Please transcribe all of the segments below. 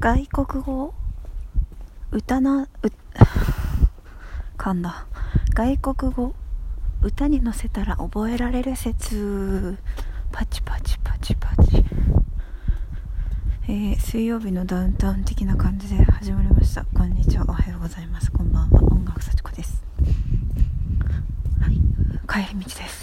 外国語噛んだ。外国語歌に乗せたら覚えられる説。パチパチパチパチ。水曜日のダウンタウン的な感じで始まりました。こんにちは、おはようございます、こんばんは。音楽幸子です。はい、帰り道です。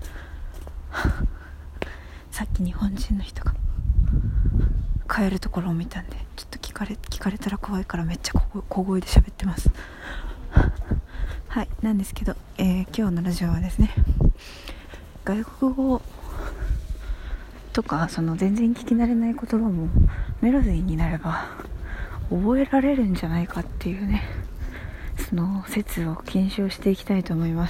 さっき日本人の人が帰るところを見たんで、ちょっと聞かれたら怖いからめっちゃ小声で喋ってます。はい、なんですけど、今日のラジオはですね、外国語とかその全然聞き慣れない言葉もメロディーになれば覚えられるんじゃないかっていうね、その説を検証していきたいと思います。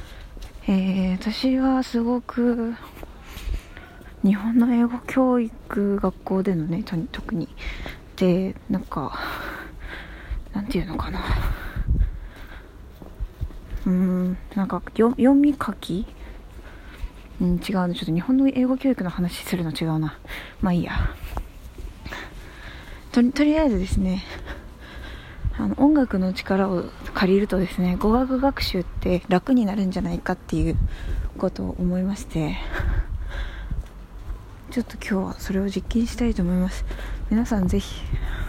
私はすごく日本の英語教育学校でのね、特にでなんていうのかな、なんか読み書き、違うの、ちょっと日本の英語教育の話するの違うな。まあいいや。とりあえずですね、音楽の力を借りるとですね、語学学習って楽になるんじゃないかっていうことを思いまして、ちょっと今日はそれを実験したいと思います。皆さんぜひ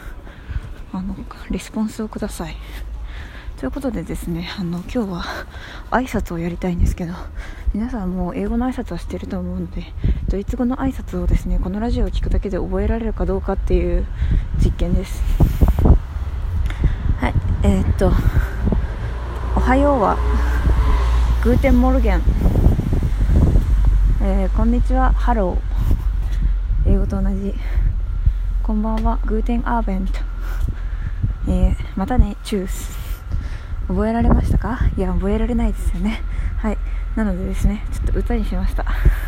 レスポンスをください。ということでですね、今日は挨拶をやりたいんですけど、皆さんもう英語の挨拶はしていると思うので、ドイツ語の挨拶をですね、このラジオを聞くだけで覚えられるかどうかっていう実験です。はい、おはようはグーテンモルゲン、こんにちはハロー、英語と同じ。こんばんはグーテンアーベント、またねチュース。覚えられましたか？いや、覚えられないですよね。はい、なのでですね、ちょっと歌にしました。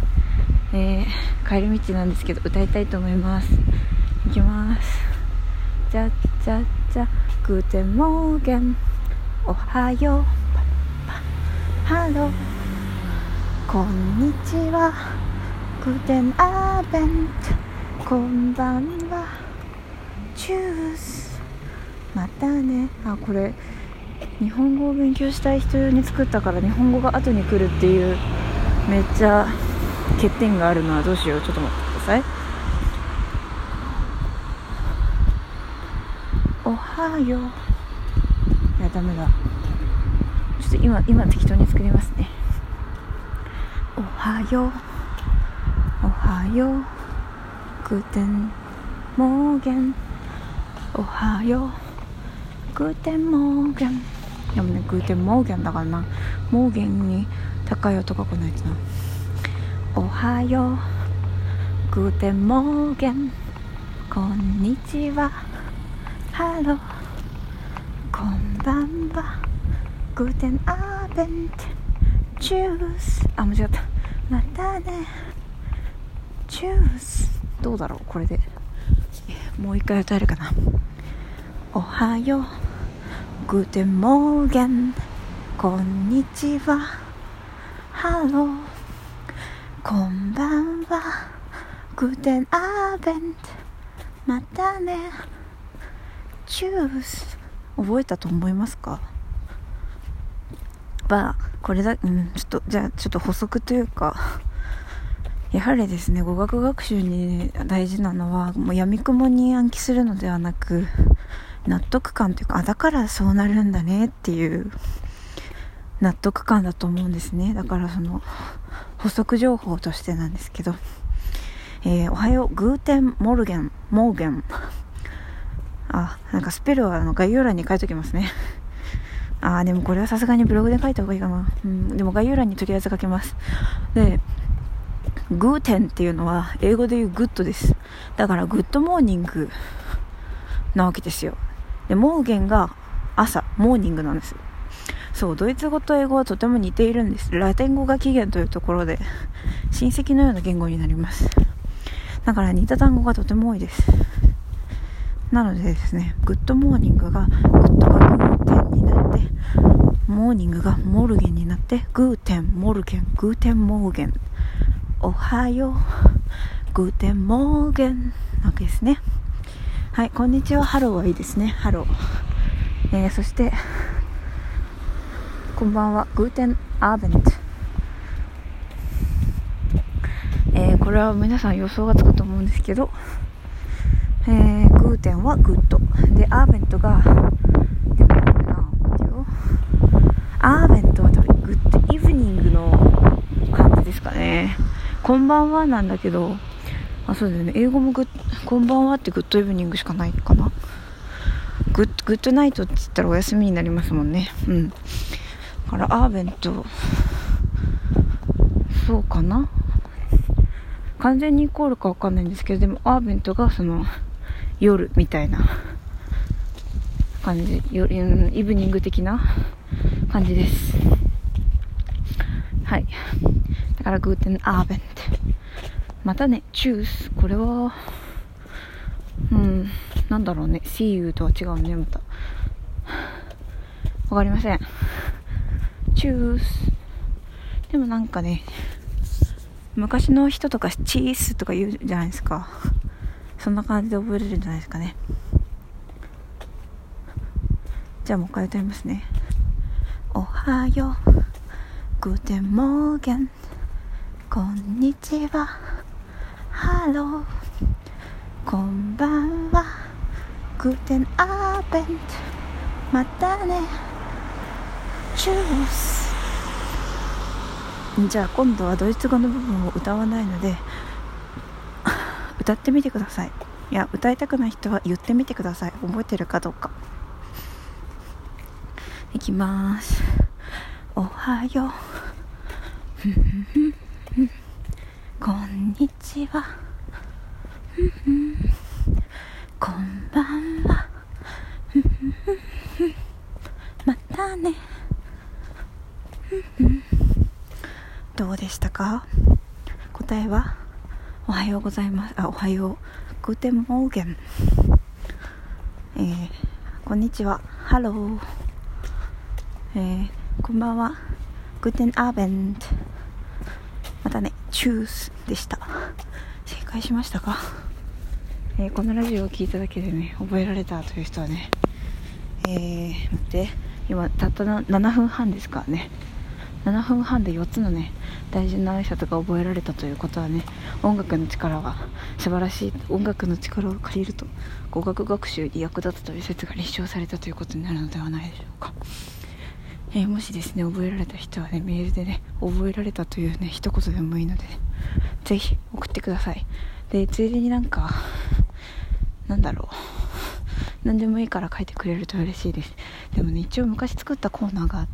帰り道なんですけど歌いたいと思います。いきます。じゃじゃじゃグーテンモーゲン、おはよう、ハロー、こんにちは、グーテンアーベント、こんばんは、チュース、またね。これ日本語を勉強したい人に作ったから日本語が後に来るっていうめっちゃ欠点があるのはどうしよう。ちょっと待ってください。おはよう、いやダメだ、ちょっと今適当に作りますね。おはよう、おはよう、グーテンモーゲン、おはよう、グーテンモーゲン。でもね、グーテンモーゲンだからな、モーゲンに高い音が来ないとな。おはよう、グーテンモーゲン、こんにちは、ハロー、こんばんは、グーテンアーベント、チュース。間違った、またね、チュース。どうだろうこれで。もう一回歌えるかな。おはよう、グーテンモーゲン、こんにちは、ハロー、こんばんは、グーテンアーベント、またね、チュース。覚えたと思いますか？これだ。ちょっと補足というか、やはりですね、語学学習に大事なのは、もう闇雲に暗記するのではなく、納得感というか、だからそうなるんだねっていう納得感だと思うんですね。だからその補足情報としてなんですけど、おはよう、グーテンモーゲン。なんかスペルは概要欄に書いときますね。でもこれはさすがにブログで書いた方がいいかな。でも概要欄にとりあえず書きます。で、グーテンっていうのは英語で言うグッドです。だからグッドモーニングなわけですよ。で、モーゲンが朝、モーニングなんです。そう、ドイツ語と英語はとても似ているんです。ラテン語が起源というところで親戚のような言語になります。だから似た単語がとても多いです。なのでですね、グッドモーニングがグッドがグーテンになって、モーニングがモルゲンになって、グーテンモルゲン、グーテンモーゲン、おはよう、グーテンモーゲンなわけですね。 はい、こんにちは。ハローはいいですね。ハロー。そしてこんばんは。グーテンアーベント。これは皆さん予想がつくと思うんですけど、グーテンはグッドで、アーベントが、でも待てよ、アーベントは多分グッドイブニングの感じですかね。こんばんはなんだけど、そうだよね、英語もこんばんはってグッドイブニングしかないかな。グッドナイトって言ったらお休みになりますもんね。だからアーベント、そうかな、完全にイコールか分かんないんですけど、でもアーベントがその夜みたいな感じ、イブニング的な感じです。はい、だからグーテンアーベント、またね、チュース、これはなんだろうね、See you とは違うね、またわかりません。チュース、でもなんかね、昔の人とかチースとか言うじゃないですか。そんな感じで覚えれるんじゃないですかね。じゃあもう一回歌いますね。おはよう、グーテンモーゲン、こんにちは、ハロー、こんばんは、グーテンアーベント、またね、チュース。じゃあ今度はドイツ語の部分を歌わないので歌ってみてください。いや、歌いたくない人は言ってみてください。覚えてるかどうか。いきます。おはようこんにちはこんばんはまたねどうでしたか？答えはおはようございます。おはよう、グーテンモーゲン、こんにちは、ハロー、こんばんは、グーテンアーベント、またね、チュースでした。正解しましたか？このラジオを聞いただけでね、覚えられたという人はね、待って、今たったの7分半ですからね。7分半で4つのね、大事な挨拶が覚えられたということはね、音楽の力は素晴らしい。音楽の力を借りると語学学習に役立つという説が立証されたということになるのではないでしょうか。もしですね、覚えられた人はね、メールでね、覚えられたというね、一言でもいいので、ね、ぜひ送ってください。で、ついでになんでもいいから書いてくれると嬉しいです。でもね、一応昔作ったコーナーがあって、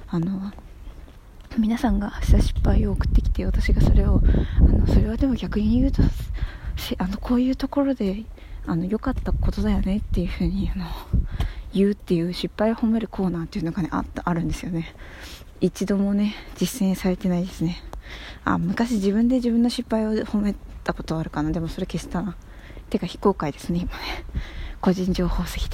皆さんがした失敗を送ってきて、私がそれをそれはでも逆に言うとこういうところで良かったことだよねっていう風に言うっていう失敗を褒めるコーナーっていうのがねあるんですよね。一度もね実践されてないですね。昔自分で自分の失敗を褒めたことあるかな。でもそれ消したな。てか非公開ですね今ね、個人情報すぎて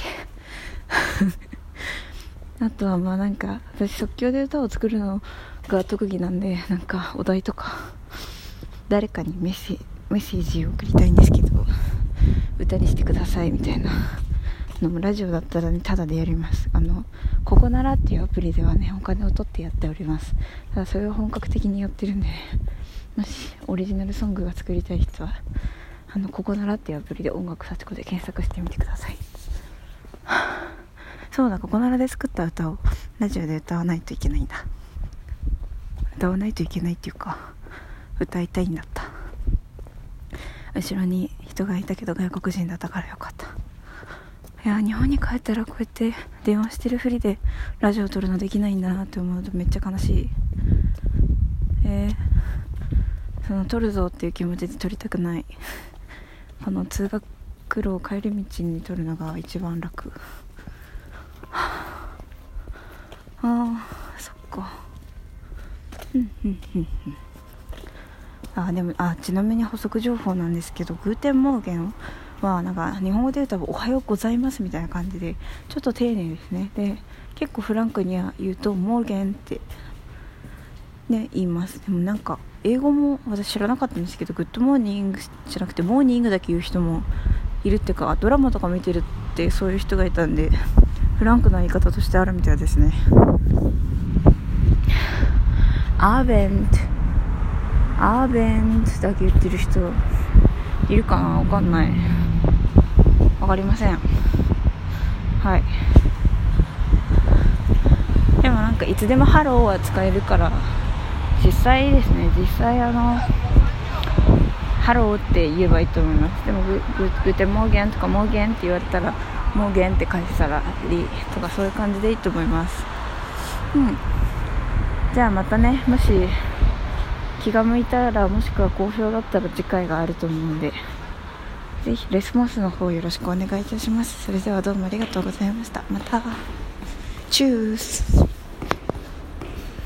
あとは私即興で歌を作るのが特技なんで、お題とか誰かにメッセージを送りたいんですけど、歌にしてくださいみたいなのもラジオだったらねタダでやります。ここならっていうアプリではねお金を取ってやっております。ただそれを本格的にやってるんで、もしオリジナルソングが作りたい人はここならっていうアプリで音楽幸子で検索してみてください。そうだ、ここならで作った歌をラジオで歌わないといけないんだ。歌わないといけないっていうか歌いたいんだった。後ろに人がいたけど外国人だったからよかった。いや、日本に帰ったらこうやって電話してるふりでラジオを撮るのできないんだなって思うとめっちゃ悲しい。撮るぞっていう気持ちで撮りたくない。この通学路を帰り道に撮るのが一番楽。そっか。でもちなみに補足情報なんですけど、グーテンモーゲンは日本語で言うとおはようございますみたいな感じでちょっと丁寧ですね。で、結構フランクに言うとモーゲンってね言います。でも英語も私知らなかったんですけど、グッドモーニングじゃなくてモーニングだけ言う人もいるっていうか、ドラマとか見てるってそういう人がいたんで、フランクな言い方としてあるみたいですね。アーベントだけ言ってる人いるかな、わかんない、わかりません。はい。でもなんかいつでもハローは使えるから、実際ですね、ハローって言えばいいと思います。でもグテモーゲンとかモーゲンって言われたらモーゲンって返したらりとか、そういう感じでいいと思います。じゃあまたね、もし気が向いたら、もしくは好評だったら次回があると思うので、ぜひレスポンスの方よろしくお願いいたします。それではどうもありがとうございました。またチュース。